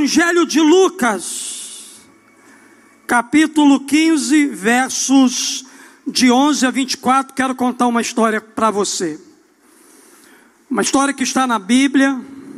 Evangelho de Lucas, capítulo 15, versos de 11 a 24, quero contar uma história para você. Uma história que está na Bíblia,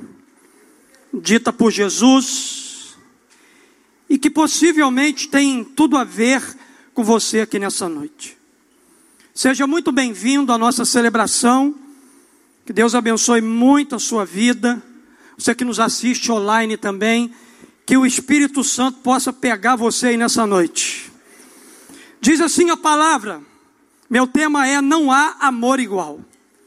dita por Jesus, e que possivelmente tem tudo a ver com você aqui nessa noite. Seja muito bem-vindo à nossa celebração, que Deus abençoe muito a sua vida. Você que nos assiste online também, que o Espírito Santo possa pegar você aí nessa noite. Diz assim a palavra, meu tema é: não há amor igual.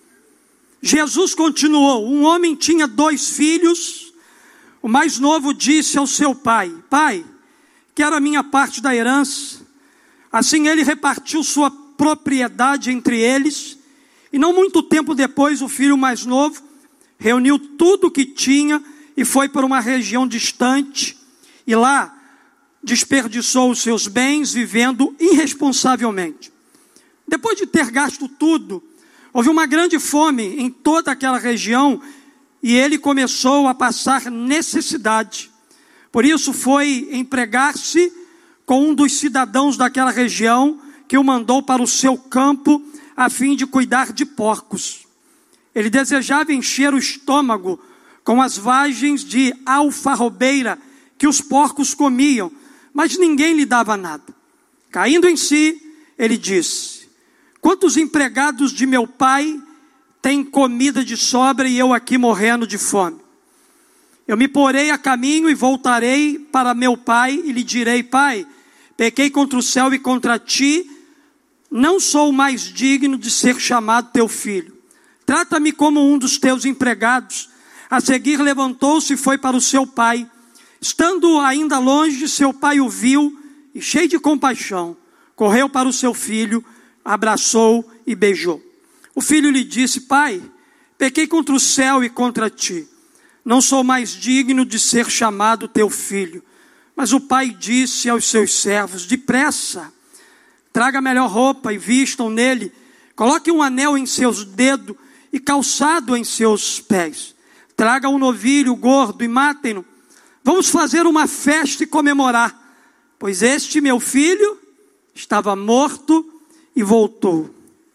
Jesus continuou: um homem tinha 2 filhos. O mais novo disse ao seu pai: pai, quero a minha parte da herança. Assim ele repartiu sua propriedade entre eles. E não muito tempo depois, o filho mais novo reuniu tudo o que tinha e foi para uma região distante. E lá desperdiçou os seus bens vivendo irresponsavelmente. Depois de ter gasto tudo, houve uma grande fome em toda aquela região e ele começou a passar necessidade. Por isso foi empregar-se com um dos cidadãos daquela região, que o mandou para o seu campo a fim de cuidar de porcos. Ele desejava encher o estômago com as vagens de alfarrobeira que os porcos comiam, mas ninguém lhe dava nada. Caindo em si, ele disse: quantos empregados de meu pai têm comida de sobra e eu aqui morrendo de fome? Eu me porei a caminho e voltarei para meu pai e lhe direi: pai, pequei contra o céu e contra ti, não sou mais digno de ser chamado teu filho. Trata-me como um dos teus empregados. A seguir levantou-se e foi para o seu pai. Estando ainda longe, seu pai o viu e, cheio de compaixão, correu para o seu filho, abraçou e beijou. O filho lhe disse: pai, pequei contra o céu e contra ti. Não sou mais digno de ser chamado teu filho. Mas o pai disse aos seus servos: depressa, traga a melhor roupa e vistam nele. Coloque um anel em seus dedos e calçado em seus pés. Traga um novilho gordo e matem-no. Vamos fazer uma festa e comemorar, pois este meu filho estava morto e voltou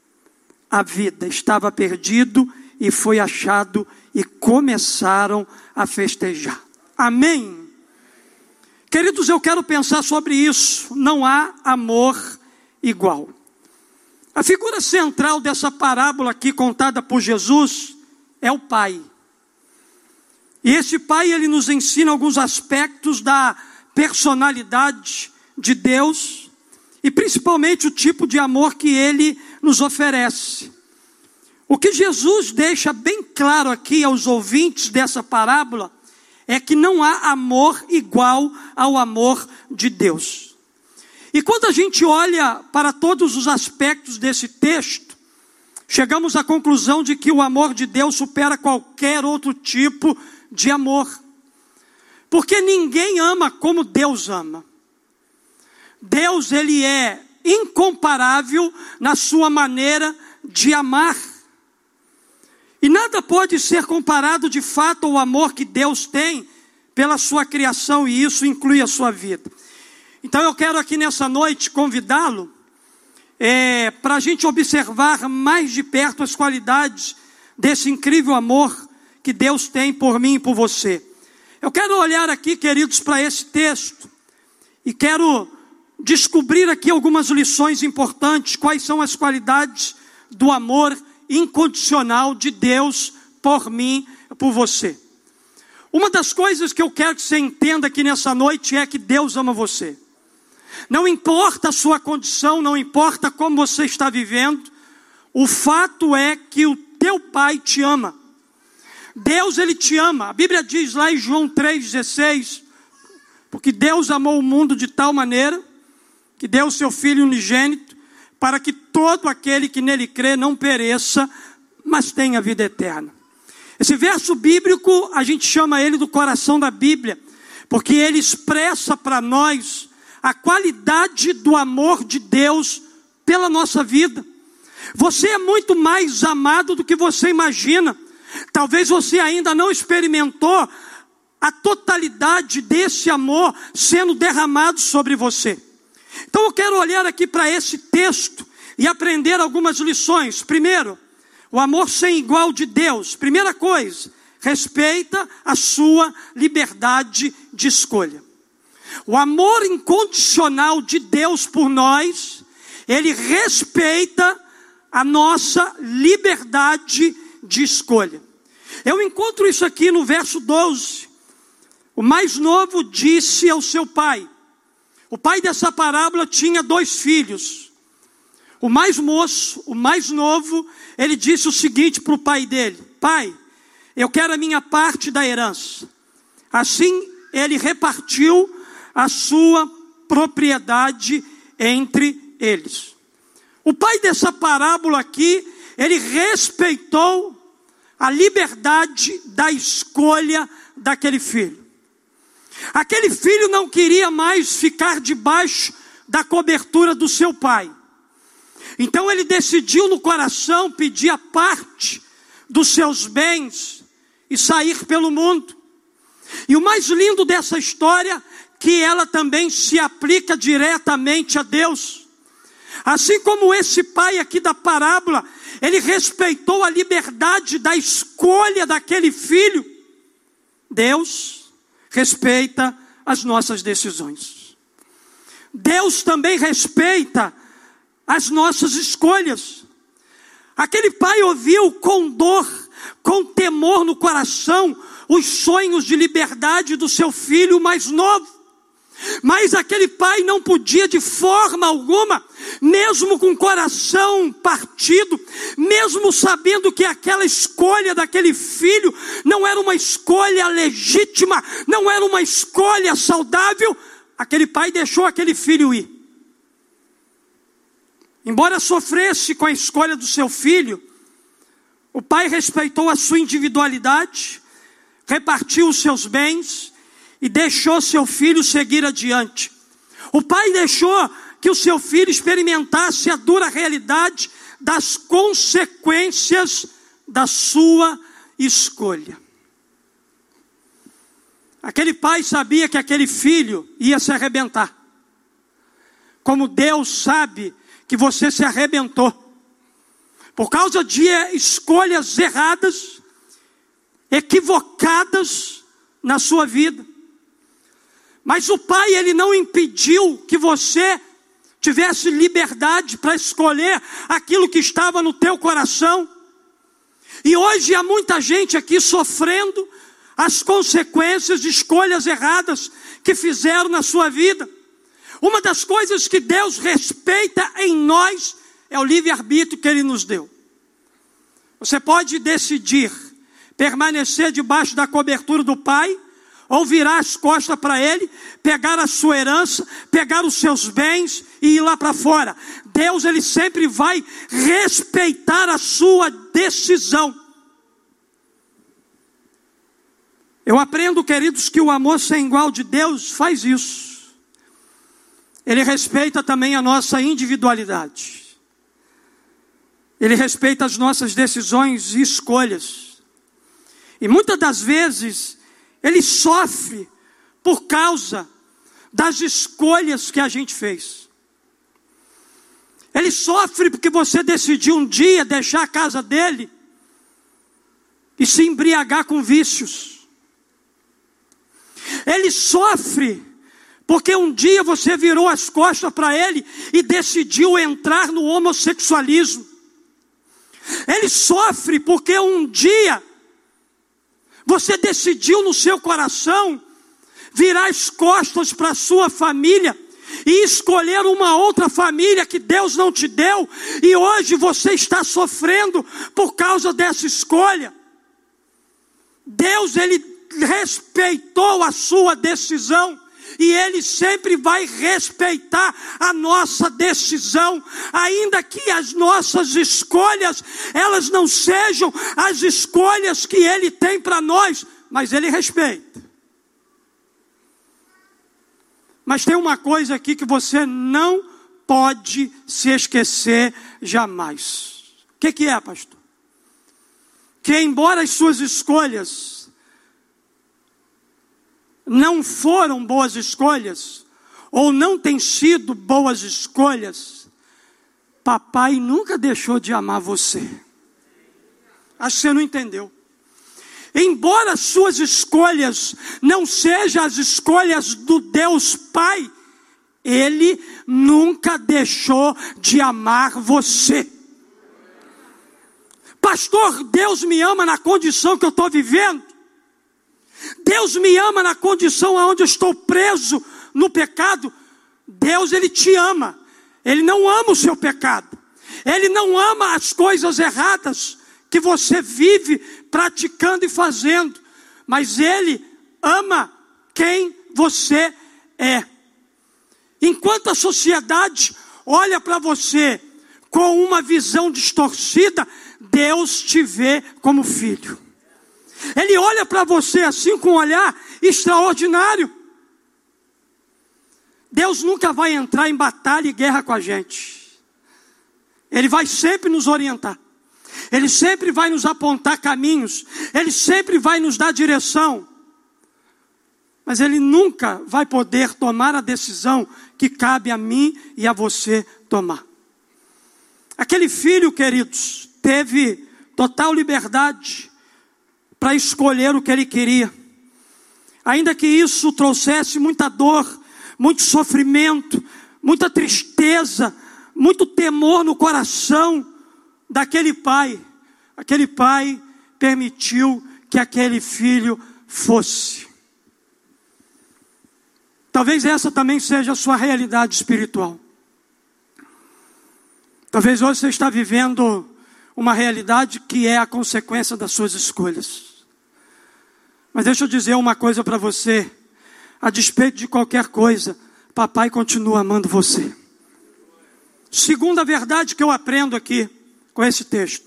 à vida. Estava perdido e foi achado, e começaram a festejar. Amém? Queridos, eu quero pensar sobre isso. Não há amor igual. A figura central dessa parábola aqui contada por Jesus é o Pai. E esse Pai, ele nos ensina alguns aspectos da personalidade de Deus e principalmente o tipo de amor que ele nos oferece. O que Jesus deixa bem claro aqui aos ouvintes dessa parábola é que não há amor igual ao amor de Deus. E quando a gente olha para todos os aspectos desse texto, chegamos à conclusão de que o amor de Deus supera qualquer outro tipo de amor. Porque ninguém ama como Deus ama. Deus, ele é incomparável na sua maneira de amar. E nada pode ser comparado de fato ao amor que Deus tem pela sua criação, e isso inclui a sua vida. Então eu quero aqui nessa noite convidá-lo para a gente observar mais de perto as qualidades desse incrível amor que Deus tem por mim e por você. Eu quero olhar aqui, queridos, para esse texto e quero descobrir aqui algumas lições importantes. Quais são as qualidades do amor incondicional de Deus por mim e por você. Uma das coisas que eu quero que você entenda aqui nessa noite é que Deus ama você. Não importa a sua condição, não importa como você está vivendo, o fato é que o teu Pai te ama. Deus, ele te ama. A Bíblia diz lá em João 3,16, porque Deus amou o mundo de tal maneira que deu o seu Filho unigênito, para que todo aquele que nele crê não pereça, mas tenha vida eterna. Esse verso bíblico, a gente chama ele do coração da Bíblia, porque ele expressa para nós a qualidade do amor de Deus pela nossa vida. Você é muito mais amado do que você imagina. Talvez você ainda não experimentou a totalidade desse amor sendo derramado sobre você. Então eu quero olhar aqui para esse texto e aprender algumas lições. Primeiro, o amor sem igual de Deus. Primeira coisa, respeita a sua liberdade de escolha. O amor incondicional de Deus por nós, ele respeita a nossa liberdade de escolha. Eu encontro isso aqui no verso 12. O mais novo disse ao seu pai. O pai dessa parábola tinha 2 filhos. O mais moço, o mais novo, ele disse o seguinte para o pai dele: pai, eu quero a minha parte da herança. Assim ele repartiu a sua propriedade entre eles. O pai dessa parábola aqui, ele respeitou a liberdade da escolha daquele filho. Aquele filho não queria mais ficar debaixo da cobertura do seu pai. Então ele decidiu no coração pedir a parte dos seus bens e sair pelo mundo. E o mais lindo dessa história, que ela também se aplica diretamente a Deus. Assim como esse pai aqui da parábola, ele respeitou a liberdade da escolha daquele filho. Deus respeita as nossas decisões. Deus também respeita as nossas escolhas. Aquele pai ouviu com dor, com temor no coração, os sonhos de liberdade do seu filho mais novo. Mas aquele pai não podia de forma alguma, mesmo com o coração partido, mesmo sabendo que aquela escolha daquele filho não era uma escolha legítima, não era uma escolha saudável, aquele pai deixou aquele filho ir. Embora sofresse com a escolha do seu filho, o pai respeitou a sua individualidade, repartiu os seus bens e deixou seu filho seguir adiante. O pai deixou que o seu filho experimentasse a dura realidade das consequências da sua escolha. Aquele pai sabia que aquele filho ia se arrebentar. Como Deus sabe que você se arrebentou. Por causa de escolhas erradas, equivocadas na sua vida. Mas o pai, ele não impediu que você tivesse liberdade para escolher aquilo que estava no teu coração. E hoje há muita gente aqui sofrendo as consequências de escolhas erradas que fizeram na sua vida. Uma das coisas que Deus respeita em nós é o livre-arbítrio que Ele nos deu. Você pode decidir permanecer debaixo da cobertura do Pai, ou virar as costas para Ele, pegar a sua herança, pegar os seus bens e ir lá para fora. Deus, Ele sempre vai respeitar a sua decisão. Eu aprendo, queridos, que o amor sem igual de Deus faz isso. Ele respeita também a nossa individualidade. Ele respeita as nossas decisões e escolhas. E muitas das vezes, Ele sofre por causa das escolhas que a gente fez. Ele sofre porque você decidiu um dia deixar a casa dele e se embriagar com vícios. Ele sofre porque um dia você virou as costas para ele e decidiu entrar no homossexualismo. Ele sofre porque um dia você decidiu no seu coração virar as costas para a sua família e escolher uma outra família que Deus não te deu, e hoje você está sofrendo por causa dessa escolha. Deus, Ele respeitou a sua decisão, e Ele sempre vai respeitar a nossa decisão, ainda que as nossas escolhas, elas não sejam as escolhas que Ele tem para nós, mas Ele respeita. Mas tem uma coisa aqui que você não pode se esquecer jamais. O que é, pastor? Que embora as suas escolhas não foram boas escolhas, ou não têm sido boas escolhas, papai nunca deixou de amar você. Acho que você não entendeu. Embora suas escolhas não sejam as escolhas do Deus Pai, Ele nunca deixou de amar você. Pastor, Deus me ama na condição que eu estou vivendo? Deus me ama na condição onde eu estou preso no pecado? Deus, Ele te ama. Ele não ama o seu pecado. Ele não ama as coisas erradas que você vive praticando e fazendo. Mas Ele ama quem você é. Enquanto a sociedade olha para você com uma visão distorcida, Deus te vê como filho. Ele olha para você assim com um olhar extraordinário. Deus nunca vai entrar em batalha e guerra com a gente. Ele vai sempre nos orientar. Ele sempre vai nos apontar caminhos. Ele sempre vai nos dar direção. Mas Ele nunca vai poder tomar a decisão que cabe a mim e a você tomar. Aquele filho, queridos, teve total liberdade para escolher o que ele queria. Ainda que isso trouxesse muita dor, muito sofrimento, muita tristeza, muito temor no coração daquele pai. Aquele pai permitiu que aquele filho fosse. Talvez essa também seja a sua realidade espiritual. Talvez hoje você está vivendo uma realidade que é a consequência das suas escolhas. Mas deixa eu dizer uma coisa para você. A despeito de qualquer coisa, papai continua amando você. Segunda verdade que eu aprendo aqui com esse texto.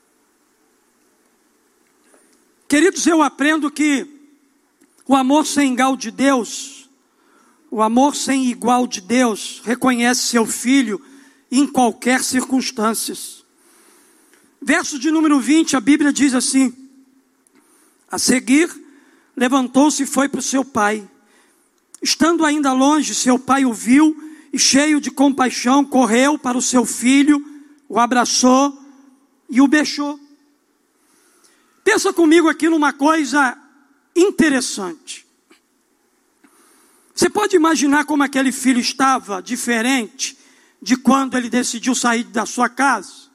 Queridos, eu aprendo que o amor sem igual de Deus, o amor sem igual de Deus, reconhece seu filho em qualquer circunstância. Verso de número 20, a Bíblia diz assim: a seguir, levantou-se e foi para o seu pai. Estando ainda longe, seu pai o viu e, cheio de compaixão, correu para o seu filho, o abraçou e o beijou. Pensa comigo aqui numa coisa interessante. Você pode imaginar como aquele filho estava diferente de quando ele decidiu sair da sua casa?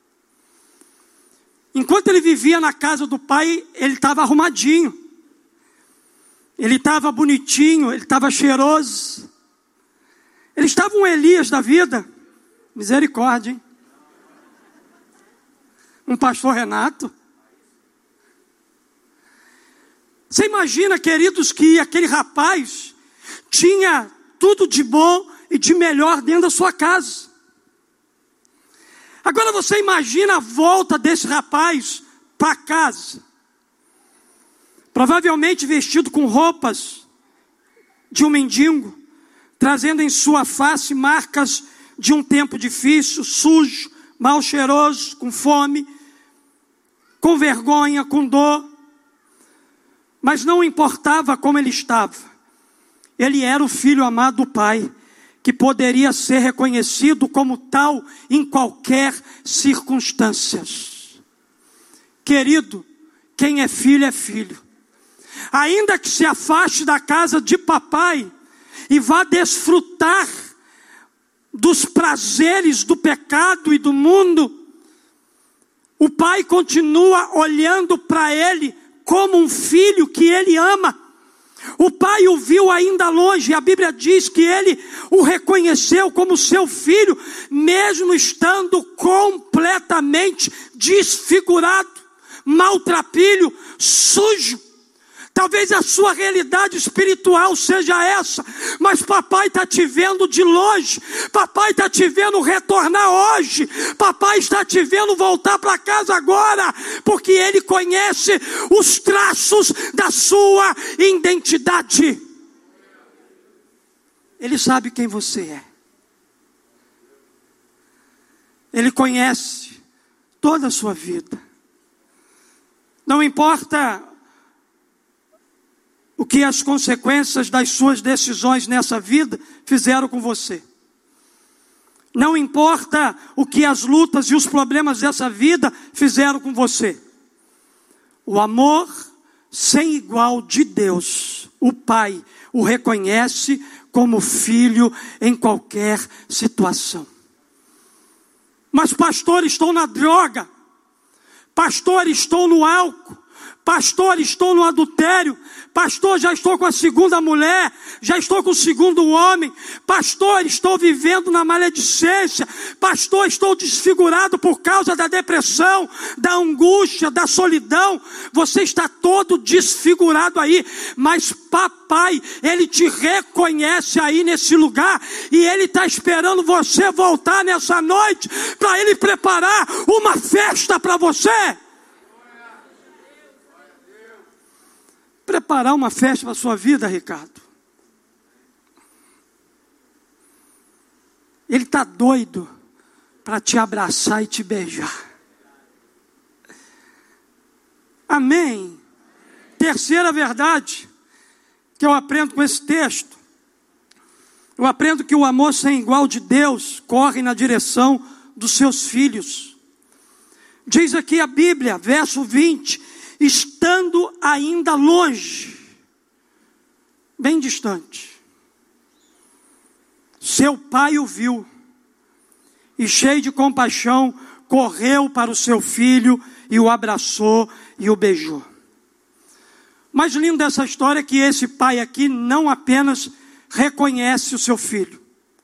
Enquanto ele vivia na casa do pai, ele estava arrumadinho. Ele estava bonitinho, ele estava cheiroso. Ele estava um Elias da vida. Misericórdia, hein? Um pastor Renato. Você imagina, queridos, que aquele rapaz tinha tudo de bom e de melhor dentro da sua casa. Agora você imagina a volta desse rapaz para casa. Provavelmente vestido com roupas de um mendigo, trazendo em sua face marcas de um tempo difícil, sujo, mal cheiroso, com fome, com vergonha, com dor. Mas não importava como ele estava. Ele era o filho amado do Pai, que poderia ser reconhecido como tal em qualquer circunstância. Querido, quem é filho é filho. Ainda que se afaste da casa de papai e vá desfrutar dos prazeres do pecado e do mundo, o pai continua olhando para ele como um filho que ele ama. O pai o viu ainda longe, e a Bíblia diz que ele o reconheceu como seu filho, mesmo estando completamente desfigurado, maltrapilho, sujo. Talvez a sua realidade espiritual seja essa, mas papai está te vendo de longe, papai está te vendo retornar hoje, papai está te vendo voltar para casa agora, porque ele conhece os traços da sua identidade. Ele sabe quem você é. Ele conhece toda a sua vida. Não importa o que as consequências das suas decisões nessa vida fizeram com você. Não importa o que as lutas e os problemas dessa vida fizeram com você. O amor sem igual de Deus, o Pai, o reconhece como filho em qualquer situação. Mas pastor, estou na droga. Pastor, estou no álcool. Pastor, estou no adultério. Pastor, já estou com a segunda mulher. Já estou com o segundo homem. Pastor, estou vivendo na maledicência. Pastor, estou desfigurado por causa da depressão, da angústia, da solidão. Você está todo desfigurado aí. Mas papai, Ele te reconhece aí nesse lugar. E Ele está esperando você voltar nessa noite para Ele preparar uma festa para você. Preparar uma festa para a sua vida, Ricardo. Ele está doido para te abraçar e te beijar. Amém. Terceira verdade que eu aprendo com esse texto. Eu aprendo que o amor sem igual de Deus corre na direção dos seus filhos. Diz aqui a Bíblia, verso 20... estando ainda longe, bem distante, seu pai o viu, e cheio de compaixão, correu para o seu filho, e o abraçou e o beijou. O mais lindo dessa história é que esse pai aqui não apenas reconhece o seu filho,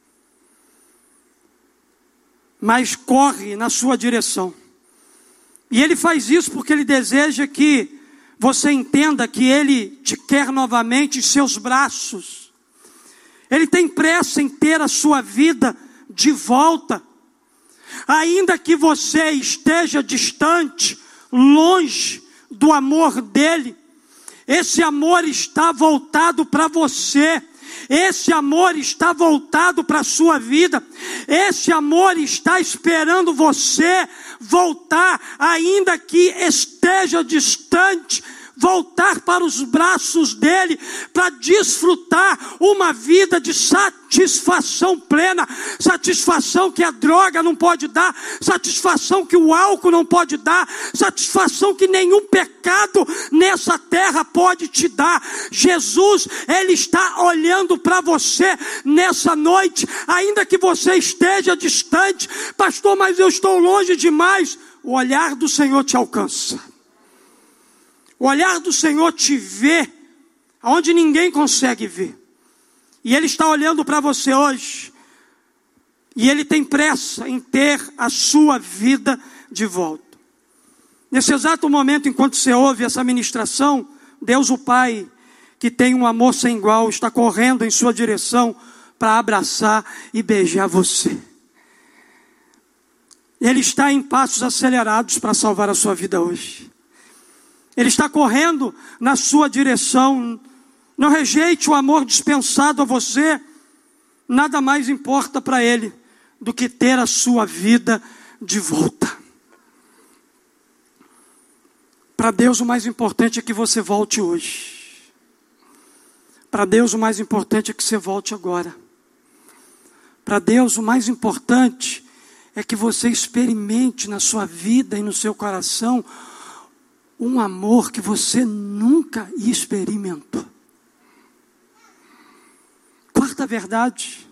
mas corre na sua direção. E ele faz isso porque ele deseja que você entenda que ele te quer novamente em seus braços. Ele tem pressa em ter a sua vida de volta. Ainda que você esteja distante, longe do amor dele, esse amor está voltado para você. Esse amor está voltado para a sua vida. Esse amor está esperando você voltar, ainda que esteja distante, voltar para os braços dele, para desfrutar uma vida de satisfação plena, satisfação que a droga não pode dar, satisfação que o álcool não pode dar, satisfação que nenhum pecado nessa terra pode te dar. Jesus, Ele está olhando para você nessa noite, ainda que você esteja distante. Pastor, mas eu estou longe demais. O olhar do Senhor te alcança. O olhar do Senhor te vê aonde ninguém consegue ver. E Ele está olhando para você hoje. E Ele tem pressa em ter a sua vida de volta. Nesse exato momento, enquanto você ouve essa ministração, Deus o Pai, que tem um amor sem igual, está correndo em sua direção para abraçar e beijar você. Ele está em passos acelerados para salvar a sua vida hoje. Ele está correndo na sua direção. Não rejeite o amor dispensado a você. Nada mais importa para Ele do que ter a sua vida de volta. Para Deus o mais importante é que você volte hoje. Para Deus o mais importante é que você volte agora. Para Deus o mais importante é que você experimente na sua vida e no seu coração um amor que você nunca experimentou. Quarta verdade.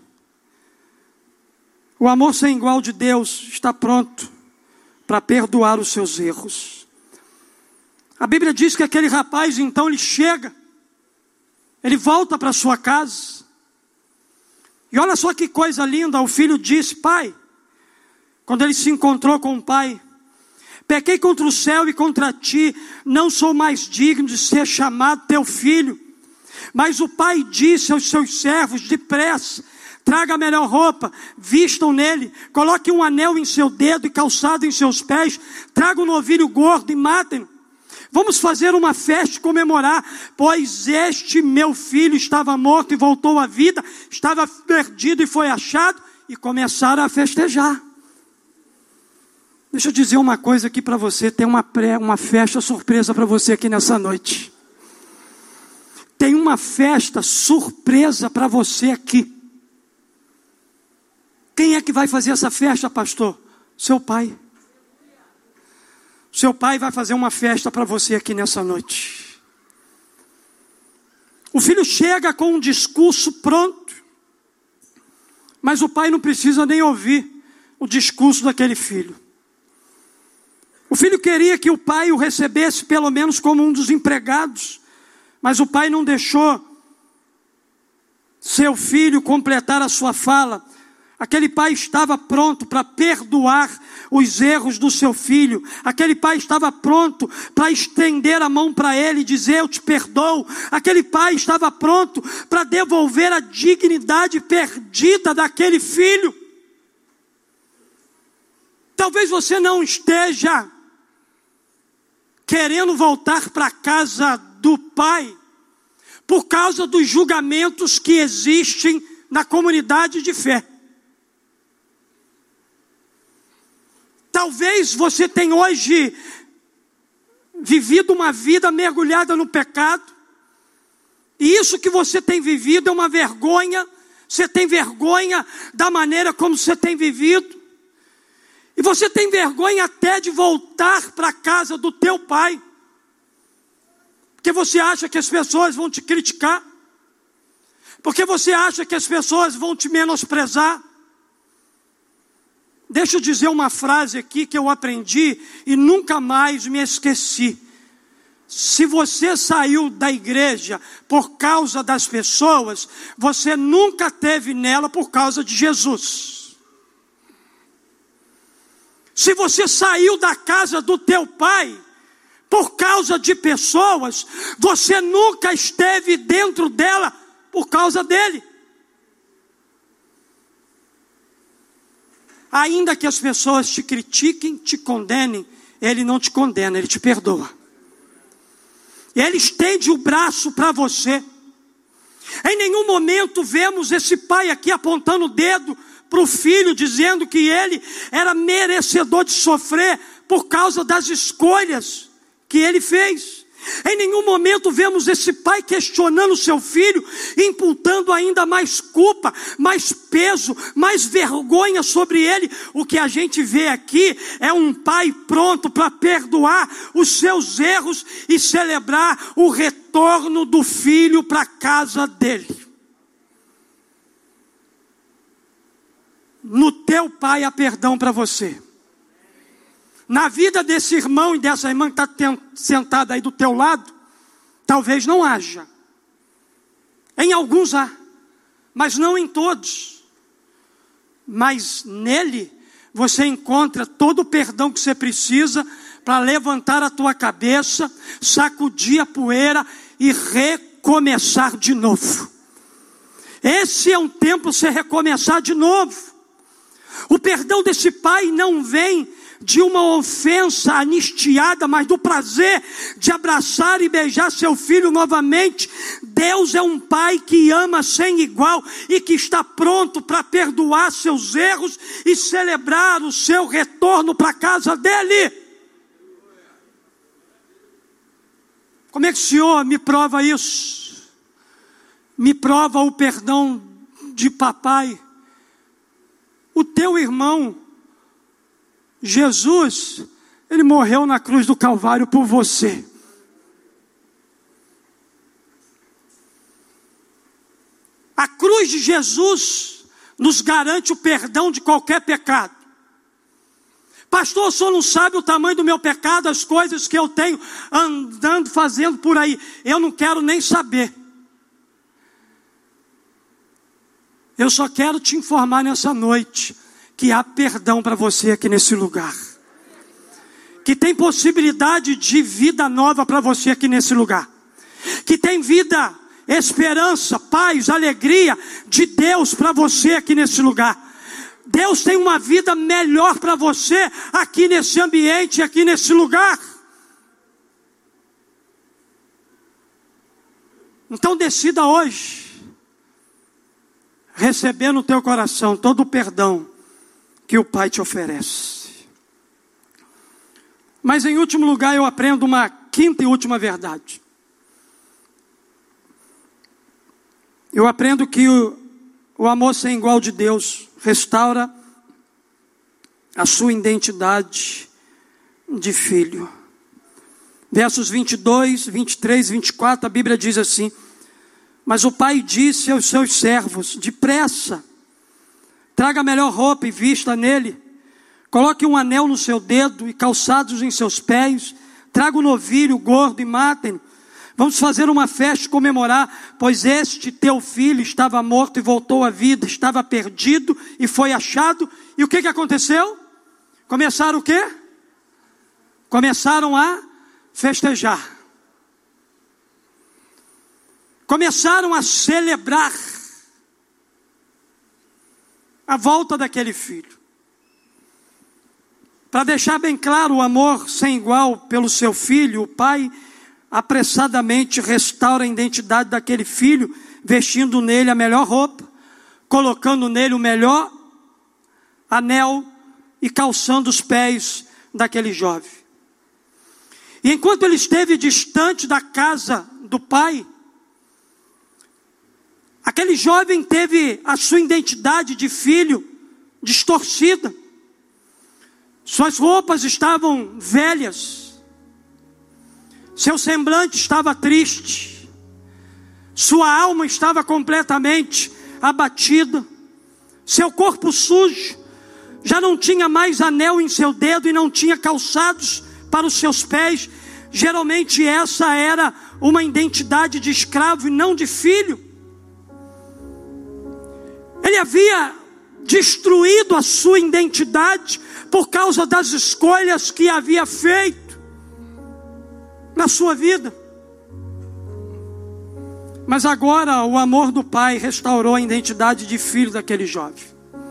O amor sem igual de Deus está pronto para perdoar os seus erros. A Bíblia diz que aquele rapaz, então, ele chega, ele volta para sua casa. E olha só que coisa linda, o filho disse: pai, quando ele se encontrou com o pai, pequei contra o céu e contra ti, não sou mais digno de ser chamado teu filho. Mas o pai disse aos seus servos: depressa, traga a melhor roupa, vistam nele, coloque um anel em seu dedo e calçado em seus pés, traga um novilho gordo e matem-no. Vamos fazer uma festa e comemorar, pois este meu filho estava morto e voltou à vida, estava perdido e foi achado, e começaram a festejar. Deixa eu dizer uma coisa aqui para você, tem uma festa surpresa para você aqui nessa noite. tem uma festa surpresa para você aqui. Quem é que vai fazer essa festa, pastor? Seu pai. Seu pai vai fazer uma festa para você aqui nessa noite. O filho chega com um discurso pronto, mas o pai não precisa nem ouvir o discurso daquele filho. O filho queria que o pai o recebesse pelo menos como um dos empregados, mas o pai não deixou seu filho completar a sua fala. Aquele pai estava pronto para perdoar os erros do seu filho. Aquele pai estava pronto para estender a mão para ele e dizer: eu te perdoo. Aquele pai estava pronto para devolver a dignidade perdida daquele filho. Talvez você não esteja querendo voltar para a casa do pai por causa dos julgamentos que existem na comunidade de fé. Talvez você tenha hoje vivido uma vida mergulhada no pecado, e isso que você tem vivido é uma vergonha. Você tem vergonha da maneira como você tem vivido, e você tem vergonha até de voltar para a casa do teu pai, porque você acha que as pessoas vão te criticar, porque você acha que as pessoas vão te menosprezar. Deixa eu dizer uma frase aqui que eu aprendi e nunca mais me esqueci. Se você saiu da igreja por causa das pessoas, você nunca esteve nela por causa de Jesus. Se você saiu da casa do teu pai por causa de pessoas, você nunca esteve dentro dela por causa dele. Ainda que as pessoas te critiquem, te condenem, ele não te condena, ele te perdoa. Ele estende o braço para você. Em nenhum momento vemos esse pai aqui apontando o dedo para o filho, dizendo que ele era merecedor de sofrer por causa das escolhas que ele fez. Em nenhum momento vemos esse pai questionando seu filho, imputando ainda mais culpa, mais peso, mais vergonha sobre ele. O que a gente vê aqui é um pai pronto para perdoar os seus erros e celebrar o retorno do filho para a casa dele. No teu pai há perdão para você. Na vida desse irmão e dessa irmã que está sentada aí do teu lado, talvez não haja. Em alguns há, mas não em todos. Mas nele você encontra todo o perdão que você precisa para levantar a tua cabeça, sacudir a poeira e recomeçar de novo. Esse é um tempo para você recomeçar de novo. O perdão desse pai não vem de uma ofensa anistiada, mas do prazer de abraçar e beijar seu filho novamente. Deus é um pai que ama sem igual e que está pronto para perdoar seus erros e celebrar o seu retorno para a casa dele. Como é que o Senhor me prova isso? Me prova o perdão de papai. O teu irmão Jesus, ele morreu na cruz do Calvário por você. A cruz de Jesus nos garante o perdão de qualquer pecado. Pastor, o senhor não sabe o tamanho do meu pecado, as coisas que eu tenho andando, fazendo por aí. Eu não quero nem saber. Eu só quero te informar nessa noite que há perdão para você aqui nesse lugar. Que tem possibilidade de vida nova para você aqui nesse lugar. Que tem vida, esperança, paz, alegria de Deus para você aqui nesse lugar. Deus tem uma vida melhor para você aqui nesse ambiente, aqui nesse lugar. Então decida hoje receber no teu coração todo o perdão que o Pai te oferece. Mas em último lugar eu aprendo uma quinta e última verdade. eu aprendo que o amor sem igual de Deus restaura a sua identidade de filho. Versos 22, 23 e 24, a Bíblia diz assim: mas o pai disse aos seus servos: depressa, traga a melhor roupa e vista nele, coloque um anel no seu dedo e calçados em seus pés, traga um novilho gordo e matem-no. Vamos fazer uma festa e comemorar, pois este teu filho estava morto e voltou à vida, estava perdido e foi achado. E o que aconteceu? Começaram o quê? Começaram a festejar. Começaram a celebrar a volta daquele filho. Para deixar bem claro o amor sem igual pelo seu filho, o pai apressadamente restaura a identidade daquele filho, vestindo nele a melhor roupa, colocando nele o melhor anel e calçando os pés daquele jovem. E enquanto ele esteve distante da casa do pai, aquele jovem teve a sua identidade de filho distorcida. Suas roupas estavam velhas. Seu semblante estava triste. Sua alma estava completamente abatida. Seu corpo sujo. Já não tinha mais anel em seu dedo e não tinha calçados para os seus pés. Geralmente essa era uma identidade de escravo e não de filho. Ele havia destruído a sua identidade por causa das escolhas que havia feito na sua vida. Mas agora o amor do pai restaurou a identidade de filho daquele jovem.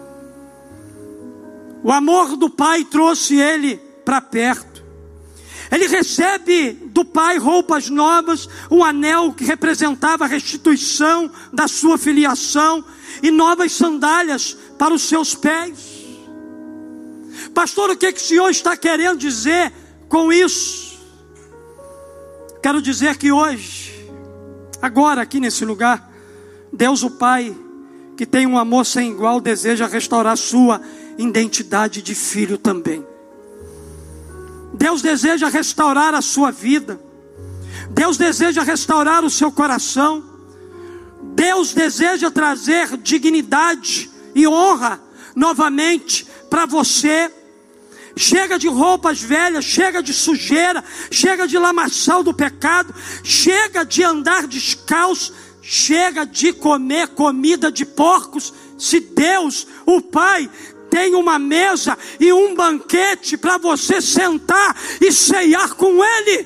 O amor do pai trouxe ele para perto. Ele recebe do pai roupas novas, um anel que representava a restituição da sua filiação e novas sandálias para os seus pés. Pastor, o que o senhor está querendo dizer com isso? Quero dizer que hoje, agora aqui nesse lugar, Deus o Pai, que tem um amor sem igual, deseja restaurar sua identidade de filho também. Deus deseja restaurar a sua vida. Deus deseja restaurar o seu coração. Deus deseja trazer dignidade e honra novamente para você. Chega de roupas velhas, chega de sujeira, chega de lamaçal do pecado, chega de andar descalço, chega de comer comida de porcos. Se Deus, o Pai, tem uma mesa e um banquete para você sentar e ceiar com Ele.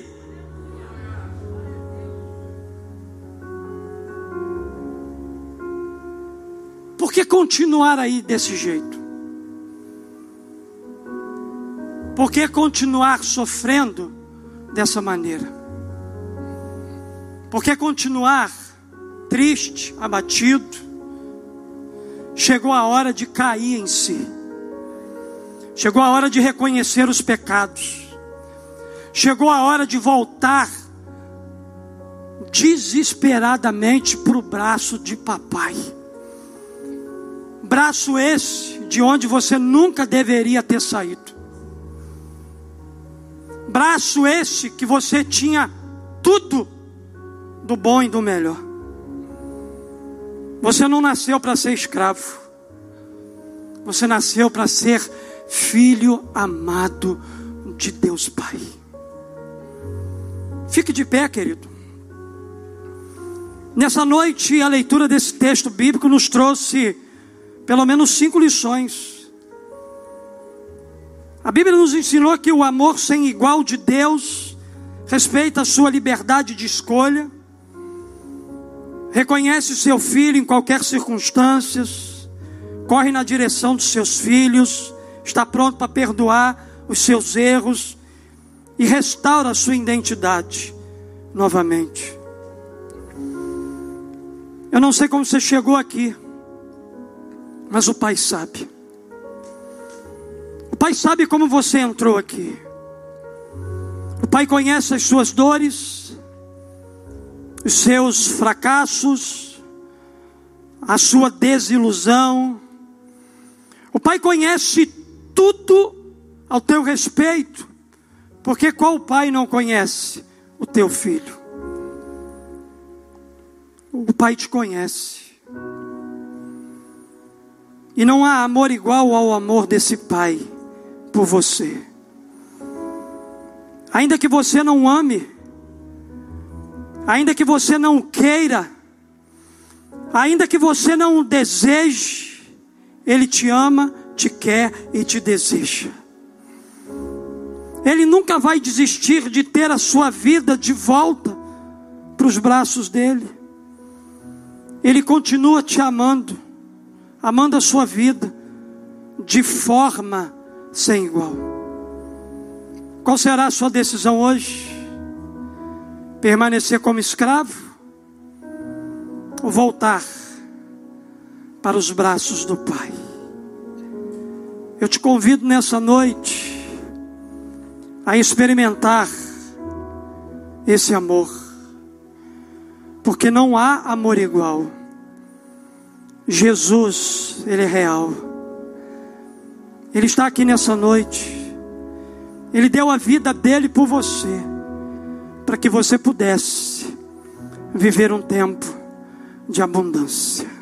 Por que continuar aí desse jeito? Por que continuar sofrendo dessa maneira? Por que continuar triste, abatido? Chegou a hora de cair em si. Chegou a hora de reconhecer os pecados. Chegou a hora de voltar desesperadamente para o braço de papai. Braço esse de onde você nunca deveria ter saído. Braço esse que você tinha tudo do bom e do melhor. Você não nasceu para ser escravo. Você nasceu para ser filho amado de Deus Pai. Fique de pé, querido. Nessa noite, a leitura desse texto bíblico nos trouxe pelo menos 5 lições. A Bíblia nos ensinou que o amor sem igual de Deus respeita a sua liberdade de escolha, reconhece seu filho em qualquer circunstância, corre na direção dos seus filhos, está pronto para perdoar os seus erros e restaura a sua identidade novamente. Eu não sei como você chegou aqui, mas o Pai sabe. O Pai sabe como você entrou aqui. O Pai conhece as suas dores, os seus fracassos, a sua desilusão. O Pai conhece tudo ao teu respeito, porque qual pai não conhece o teu filho? O Pai te conhece. E não há amor igual ao amor desse Pai por você. Ainda que você não ame, ainda que você não queira, ainda que você não o deseje, Ele te ama, te quer e te deseja. Ele nunca vai desistir de ter a sua vida de volta para os braços dele. Ele continua te amando, amando a sua vida de forma sem igual. Qual será a sua decisão hoje? Permanecer como escravo ou voltar para os braços do Pai? Eu te convido nessa noite a experimentar esse amor, porque não há amor igual. Jesus, Ele é real. Ele está aqui nessa noite. Ele deu a vida dele por você, para que você pudesse viver um tempo de abundância.